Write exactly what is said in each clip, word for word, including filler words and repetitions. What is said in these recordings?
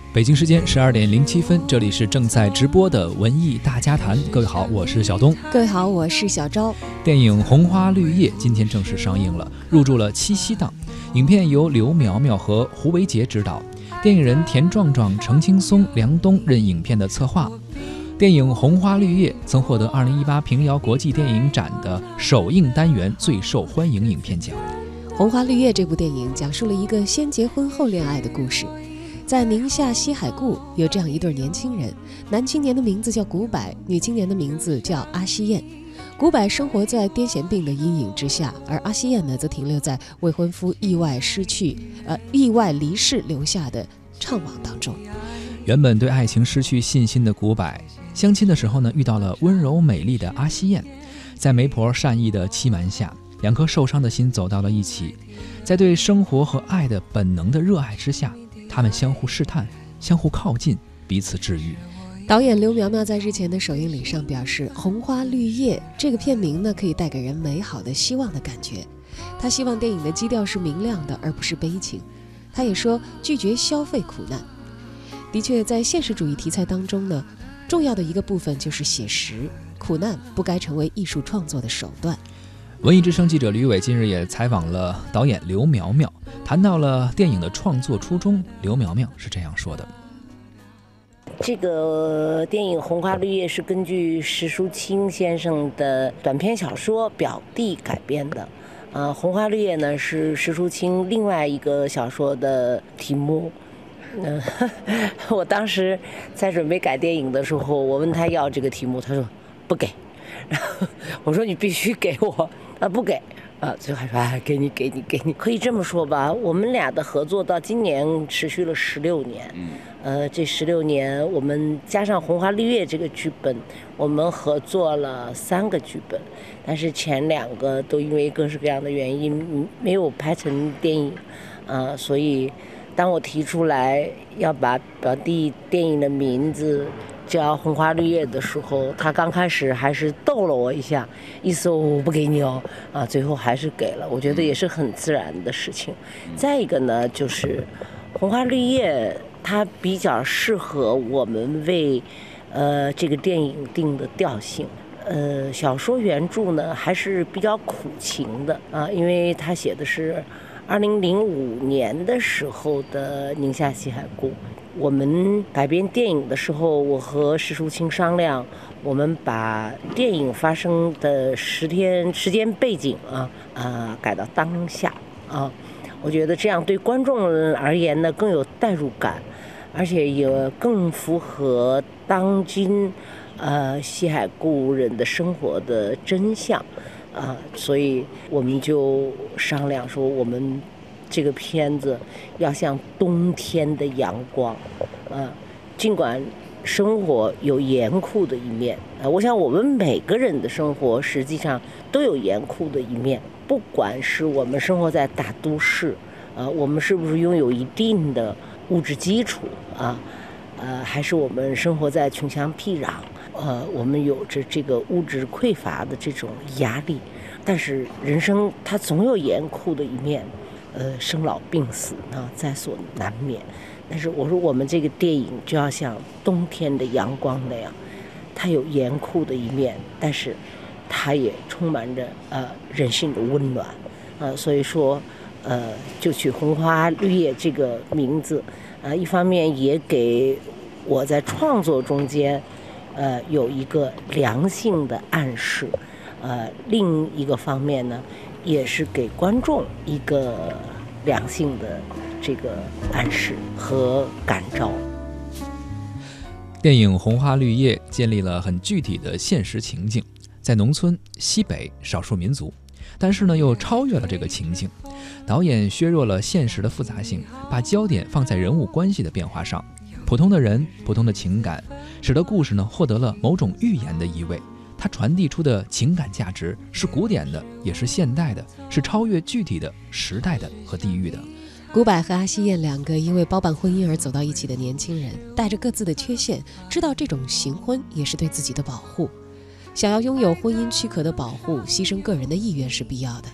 北京时间十二点零七分，这里是正在直播的文艺大家谈。各位好，我是小东。 各位好，我是小昭。 电影《红花绿叶》今天正式上映了，入驻了七夕档。影片由刘苗苗和胡维杰执导，电影人田壮壮、程青松、梁冬任影片的策划。电影《红花绿叶》曾获得二零一八平遥国际电影展的首映单元最受欢迎影片奖。 《红花绿叶》这部电影讲述了一个先结婚后恋爱的故事。在宁夏西海固有这样一对年轻人，男青年的名字叫古柏，女青年的名字叫阿西燕。古柏生活在癫痫病的阴影之下，而阿西燕呢，则停留在未婚夫意外失去、呃意外离世留下的怅惘当中。 原本对爱情失去信心的古柏，相亲的时候呢，遇到了温柔美丽的阿西燕，在媒婆善意的欺瞒下，两颗受伤的心走到了一起，在对生活和爱的本能的热爱之下，他们相互试探，相互靠近，彼此治愈。 导演刘苗苗在日前的首映礼上表示，红花绿叶这个片名呢，可以带给人美好的希望的感觉。他希望电影的基调是明亮的，而不是悲情。他也说，拒绝消费苦难。的确，在现实主义题材当中呢，重要的一个部分就是写实，苦难不该成为艺术创作的手段。 文艺之声记者吕伟近日也采访了导演刘苗苗，谈到了电影的创作初衷。刘苗苗是这样说的： 这个电影《红花绿叶》是根据石淑清先生的短篇小说《表弟》改编的。呃，《红花绿叶》呢是石淑清另外一个小说的题目。嗯、呃，我当时在准备改电影的时候，我问他要这个题目，他说不给。然后我说你必须给我。啊，不给啊！最后还说啊，给你，给你，给你。可以这么说吧，我们俩的合作到今年持续了十六年。嗯，呃，这十六年我们加上《红花绿叶》这个剧本，我们合作了三个剧本，但是前两个都因为各式各样的原因没有拍成电影，啊、呃，所以当我提出来要把表弟电影的名字叫《红花绿叶》的时候，他刚开始还是逗了我一下，意思我不给你哦，啊，最后还是给了，我觉得也是很自然的事情。再一个呢，就是《红花绿叶》它比较适合我们为呃这个电影定的调性。呃，小说原著呢还是比较苦情的啊，因为他写的是二零零五年的时候的宁夏西海固。我们改编电影的时候，我和石淑清商量，我们把电影发生的十天时间背景啊啊、呃、改到当下啊，我觉得这样对观众而言呢更有代入感，而且也更符合当今呃西海固人的生活的真相啊，所以我们就商量说我们这个片子要像冬天的阳光，呃，尽管生活有严酷的一面，呃，我想我们每个人的生活实际上都有严酷的一面，不管是我们生活在大都市，呃，我们是不是拥有一定的物质基础啊，呃，还是我们生活在穷乡僻壤，呃，我们有着这个物质匮乏的这种压力，但是人生它总有严酷的一面。呃，生老病死啊，在所难免。但是我说，我们这个电影就要像冬天的阳光那样，它有严酷的一面，但是它也充满着呃人性的温暖，呃，所以说，呃，就取红花绿叶这个名字，啊、呃，一方面也给我在创作中间，呃，有一个良性的暗示，呃，另一个方面呢。也是给观众一个良性的这个暗示和感召。 电影《红花绿叶》建立了很具体的现实情境，在农村、西北少数民族，但是呢又超越了这个情境。导演削弱了现实的复杂性，把焦点放在人物关系的变化上，普通的人、普通的情感，使得故事呢获得了某种寓言的意味。它传递出的情感价值是古典的，也是现代的，是超越具体的、时代的和地域的。 古柏和阿西燕两个因为包办婚姻而走到一起的年轻人，带着各自的缺陷，知道这种行婚也是对自己的保护。想要拥有婚姻躯壳的保护，牺牲个人的意愿是必要的。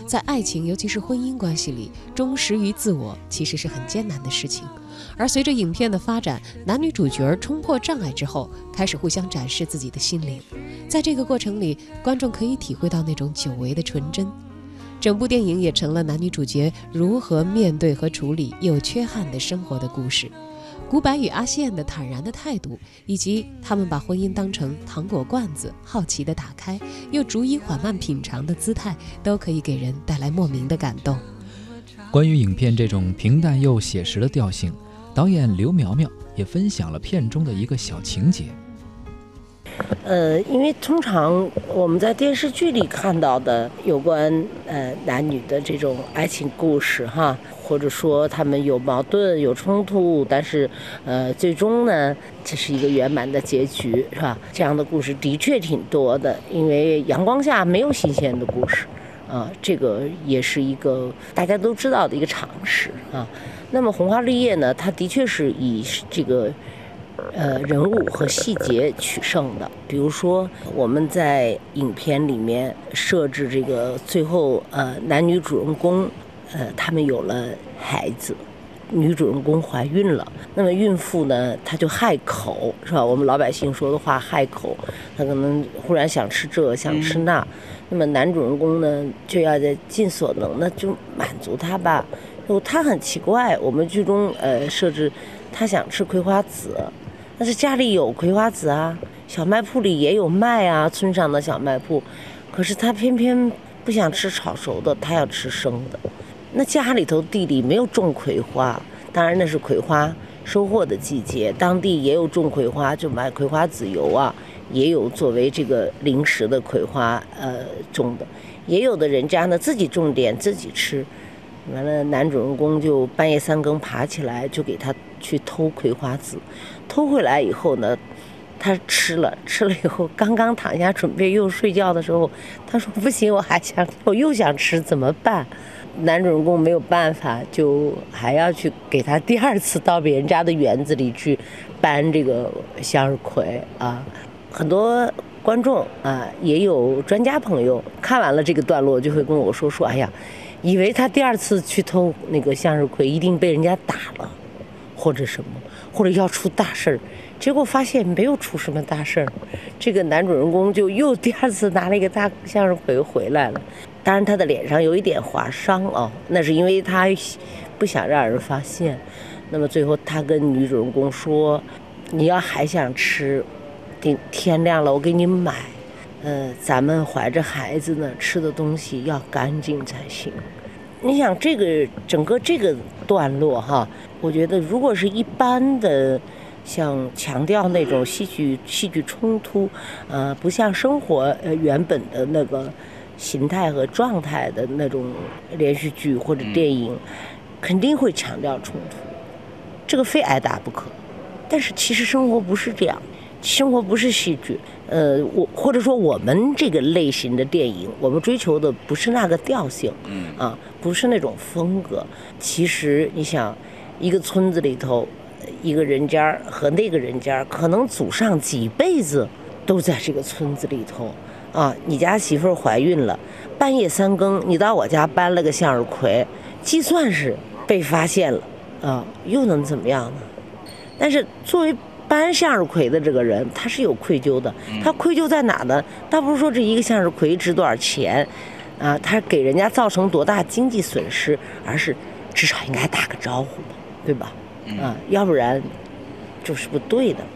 在爱情，尤其是婚姻关系里，忠实于自我其实是很艰难的事情。而随着影片的发展，男女主角冲破障碍之后，开始互相展示自己的心灵。在这个过程里，观众可以体会到那种久违的纯真。整部电影也成了男女主角如何面对和处理有缺憾的生活的故事。古柏与阿宪的坦然的态度，以及他们把婚姻当成糖果罐子，好奇地打开，又逐一缓慢品尝的姿态，都可以给人带来莫名的感动。 关于影片这种平淡又写实的调性，导演刘苗苗也分享了片中的一个小情节。 呃，因为通常我们在电视剧里看到的有关呃男女的这种爱情故事哈，或者说他们有矛盾有冲突，但是呃最终呢这是一个圆满的结局，是吧？这样的故事的确挺多的，因为阳光下没有新鲜的故事啊，这个也是一个大家都知道的一个常识啊。那么红花绿叶呢，它的确是以这个呃，人物和细节取胜的。比如说，我们在影片里面设置这个最后呃男女主人公呃他们有了孩子，女主人公怀孕了，那么孕妇呢她就害口，是吧？我们老百姓说的话害口，她可能忽然想吃这想吃那，那么男主人公呢就要在尽所能的就满足她吧。就他很奇怪，我们剧中呃设置他想吃葵花籽。但是家里有葵花籽啊，小卖铺里也有卖啊，村上的小卖铺，可是他偏偏不想吃炒熟的，他要吃生的。那家里头地里没有种葵花，当然那是葵花收获的季节，当地也有种葵花，就买葵花籽油啊，也有作为这个零食的葵花呃种的，也有的人家呢自己种点自己吃。完了，男主人公就半夜三更爬起来，就给他去偷葵花籽。偷回来以后呢，他吃了，吃了以后刚刚躺下准备又睡觉的时候，他说不行，我还想，我又想吃，怎么办？男主人公没有办法，就还要去给他第二次到别人家的园子里去搬这个向日葵啊。很多观众啊，也有专家朋友看完了这个段落，就会跟我说说，哎呀，以为他第二次去偷那个向日葵一定被人家打了，或者什么，或者要出大事儿，结果发现没有出什么大事儿。这个男主人公就又第二次拿了一个大向日葵回来了，当然他的脸上有一点划伤哦，那是因为他不想让人发现。那么最后他跟女主人公说，你要还想吃，天亮了我给你买，呃，咱们怀着孩子呢，吃的东西要干净才行。你想这个整个这个段落哈，我觉得如果是一般的像强调那种戏剧戏剧冲突，呃，不像生活呃原本的那个形态和状态的那种连续剧或者电影，肯定会强调冲突，这个非挨打不可。但是其实生活不是这样，生活不是戏剧，呃，我或者说我们这个类型的电影，我们追求的不是那个调性，啊，不是那种风格。其实你想，一个村子里头，一个人家和那个人家，可能祖上几辈子都在这个村子里头，啊，你家媳妇儿怀孕了，半夜三更你到我家搬了个向日葵，就算是被发现了，啊，又能怎么样呢？但是作为搬向日葵的这个人，他是有愧疚的。他愧疚在哪呢？倒不是说这一个向日葵值多少钱，啊，他给人家造成多大经济损失，而是至少应该打个招呼嘛，对吧？啊，要不然就是不对的。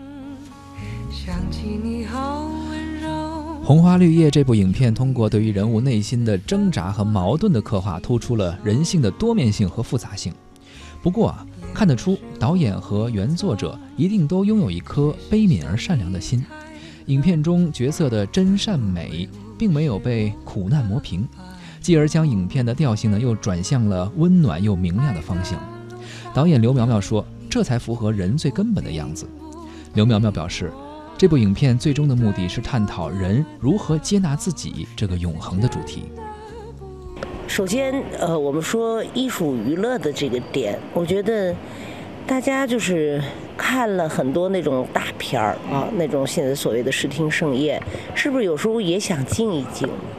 红花绿叶这部影片通过对于人物内心的挣扎和矛盾的刻画，突出了人性的多面性和复杂性。不过啊，看得出导演和原作者一定都拥有一颗悲悯而善良的心。影片中角色的真善美并没有被苦难磨平，继而将影片的调性呢又转向了温暖又明亮的方向。导演刘苗苗说，这才符合人最根本的样子。刘苗苗表示，这部影片最终的目的是探讨人如何接纳自己这个永恒的主题。 首先，呃，我们说艺术娱乐的这个点，我觉得大家就是看了很多那种大片儿啊，那种现在所谓的视听盛宴，是不是有时候也想静一静？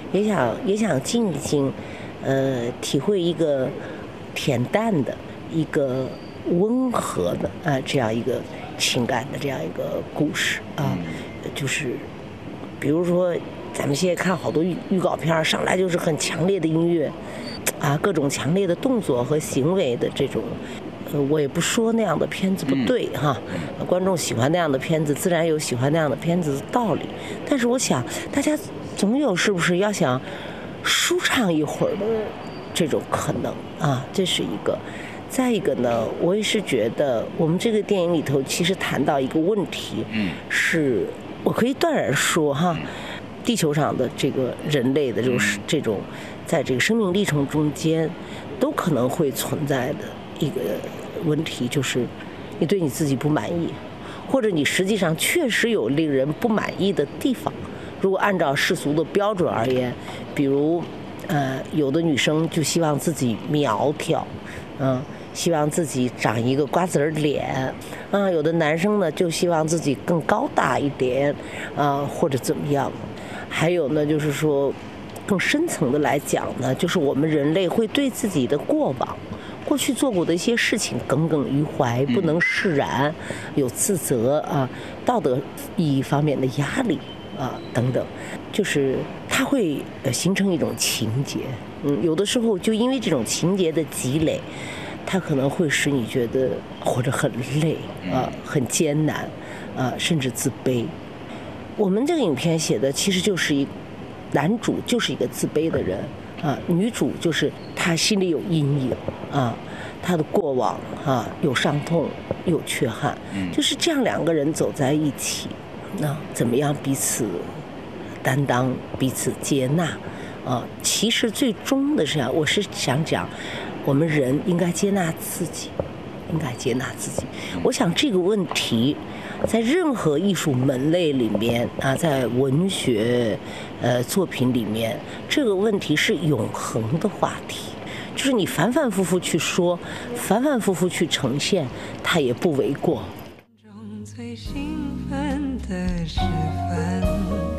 也想也想静一静，呃，体会一个恬淡的、一个温和的啊、呃、这样一个情感的这样一个故事啊、呃，就是比如说咱们现在看好多预预告片，上来就是很强烈的音乐啊，各种强烈的动作和行为的这种。呃，我也不说那样的片子不对哈，观众喜欢那样的片子，自然有喜欢那样的片子的道理。但是我想，大家总有是不是要想舒畅一会儿的这种可能啊？这是一个。再一个呢，我也是觉得我们这个电影里头其实谈到一个问题，是我可以断然说哈，地球上的这个人类的这种这种，在这个生命历程中间，都可能会存在的一个问题，就是你对你自己不满意，或者你实际上确实有令人不满意的地方。如果按照世俗的标准而言，比如呃有的女生就希望自己苗条，嗯，希望自己长一个瓜子脸，啊，有的男生呢就希望自己更高大一点，啊，或者怎么样。还有呢就是说更深层的来讲呢，就是我们人类会对自己的过往过去做过的一些事情耿耿于怀，不能释然，有自责啊，道德意义方面的压力啊等等，就是它会形成一种情节。嗯，有的时候就因为这种情节的积累，它可能会使你觉得活着很累啊，很艰难啊，甚至自卑。我们这个影片写的其实就是一男主就是一个自卑的人。啊，女主就是她心里有阴影啊，她的过往啊有伤痛有缺憾，就是这样两个人走在一起，那怎么样彼此担当彼此接纳啊？其实最终的是，我是想讲，我们人应该接纳自己，应该接纳自己。我想这个问题在任何艺术门类里面啊，在文学呃作品里面，这个问题是永恒的话题，就是你反反复复去说，反反复复去呈现，它也不为过。最兴奋的时分，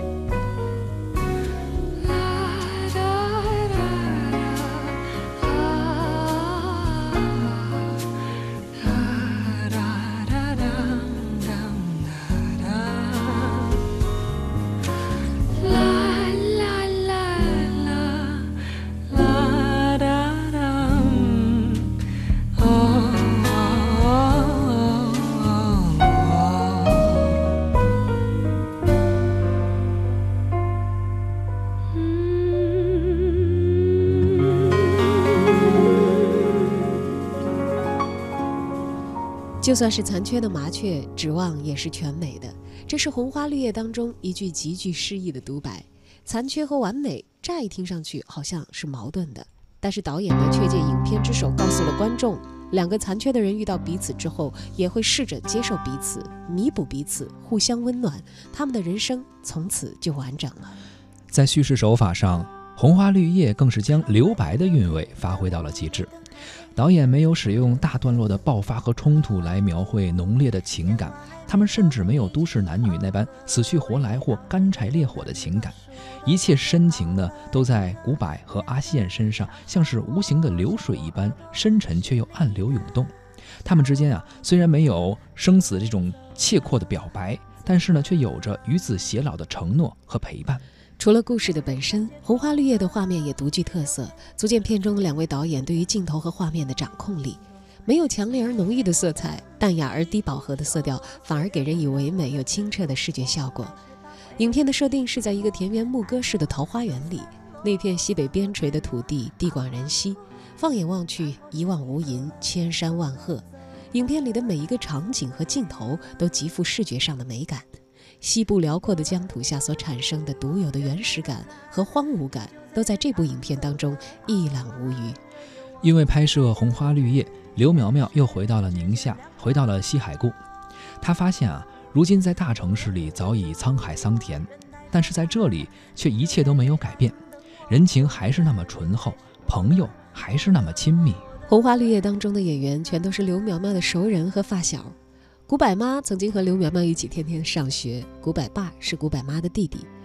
就算是残缺的麻雀，指望也是全美的。这是《红花绿叶》当中一句极具诗意的独白。残缺和完美，乍一听上去好像是矛盾的，但是导演呢，却借影片之手告诉了观众，两个残缺的人遇到彼此之后，也会试着接受彼此，弥补彼此，互相温暖，他们的人生从此就完整了。 在叙事手法上，《红花绿叶》更是将留白的韵味发挥到了极致。导演没有使用大段落的爆发和冲突来描绘浓烈的情感，他们甚至没有都市男女那般死去活来或干柴烈火的情感，一切深情呢，都在古柏和阿西燕身上像是无形的流水一般深沉却又暗流涌动。他们之间啊，虽然没有生死这种切阔的表白，但是呢，却有着与子偕老的承诺和陪伴。 除了故事的本身，《红花绿叶》的画面也独具特色，足见片中两位导演对于镜头和画面的掌控力。没有强烈而浓郁的色彩，淡雅而低饱和的色调反而给人以唯美又清澈的视觉效果。影片的设定是在一个田园牧歌式的桃花源里，那片西北边陲的土地地广人稀，放眼望去一望无垠，千山万壑。影片里的每一个场景和镜头都极富视觉上的美感。西部辽阔的疆土下所产生的独有的原始感和荒芜感，都在这部影片当中一览无余。 因为拍摄《红花绿叶》，刘苗苗又回到了宁夏，回到了西海固。她发现啊，如今在大城市里早已沧海桑田，但是在这里却一切都没有改变，人情还是那么醇厚，朋友还是那么亲密。《 红花绿叶》当中的演员全都是刘苗苗的熟人和发小。古柏妈曾经和刘苗苗一起天天上学，古柏爸是古柏妈的弟弟，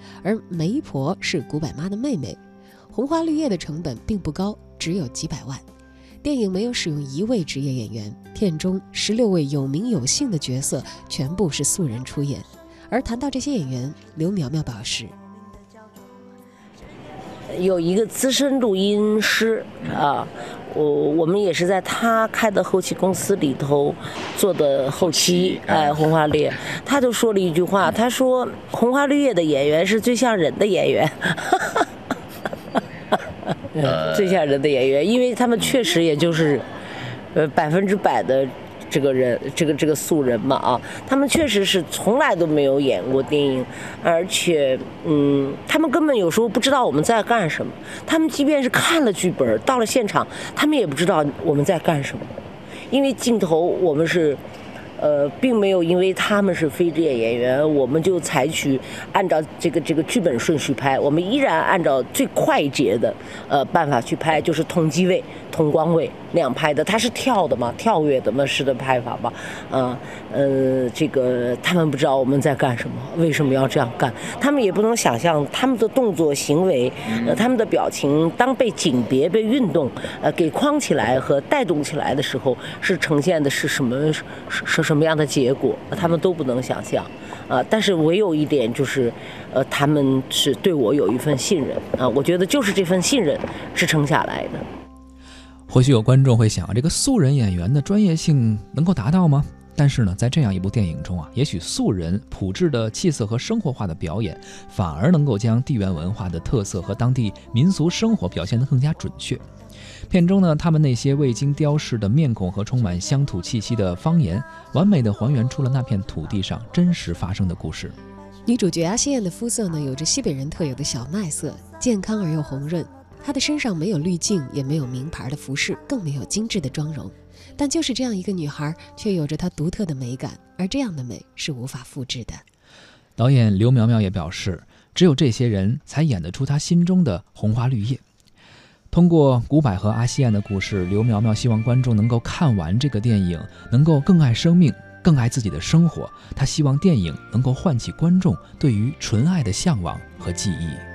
而媒婆是古柏妈的妹妹。红花绿叶的成本并不高，只有几百万。电影没有使用一位职业演员，片中十六位有名有姓的角色全部是素人出演。而谈到这些演员，刘苗苗表示， 有一个资深录音师啊，我我们也是在他开的后期公司里头做的后期，哎，红花绿叶，他就说了一句话，他说红花绿叶的演员是最像人的演员。呃，最像人的演员，因为他们确实也就是，呃，百分之百的这个人，这个这个素人嘛啊，他们确实是从来都没有演过电影，而且，嗯，他们根本有时候不知道我们在干什么，他们即便是看了剧本，到了现场，他们也不知道我们在干什么，因为镜头我们是。呃，并没有因为他们是非职业演员，我们就采取按照这个这个剧本顺序拍，我们依然按照最快捷的呃办法去拍，就是同机位、同光位那样拍的。它是跳的嘛，跳跃的嘛式的拍法嘛，啊呃这个他们不知道我们在干什么，为什么要这样干？他们也不能想象他们的动作行为，呃他们的表情当被景别、被运动呃给框起来和带动起来的时候，是呈现的是什么是是什么样的结果，他们都不能想象，啊、呃！但是唯有一点就是，呃，他们是对我有一份信任啊、呃，我觉得就是这份信任支撑下来的。 或许有观众会想，这个素人演员的专业性能够达到吗？但是呢，在这样一部电影中啊，也许素人朴质的气色和生活化的表演，反而能够将地缘文化的特色和当地民俗生活表现得更加准确。片中呢，他们那些未经雕饰的面孔和充满乡土气息的方言，完美地还原出了那片土地上真实发生的故事。 女主角阿西燕的肤色呢，有着西北人特有的小麦色，健康而又红润。她的身上没有滤镜，也没有名牌的服饰，更没有精致的妆容。但就是这样一个女孩，却有着她独特的美感，而这样的美是无法复制的。 导演刘苗苗也表示，只有这些人才演得出她心中的红花绿叶。通过古柏和阿西燕的故事，刘苗苗希望观众能够看完这个电影，能够更爱生命，更爱自己的生活。她希望电影能够唤起观众对于纯爱的向往和记忆。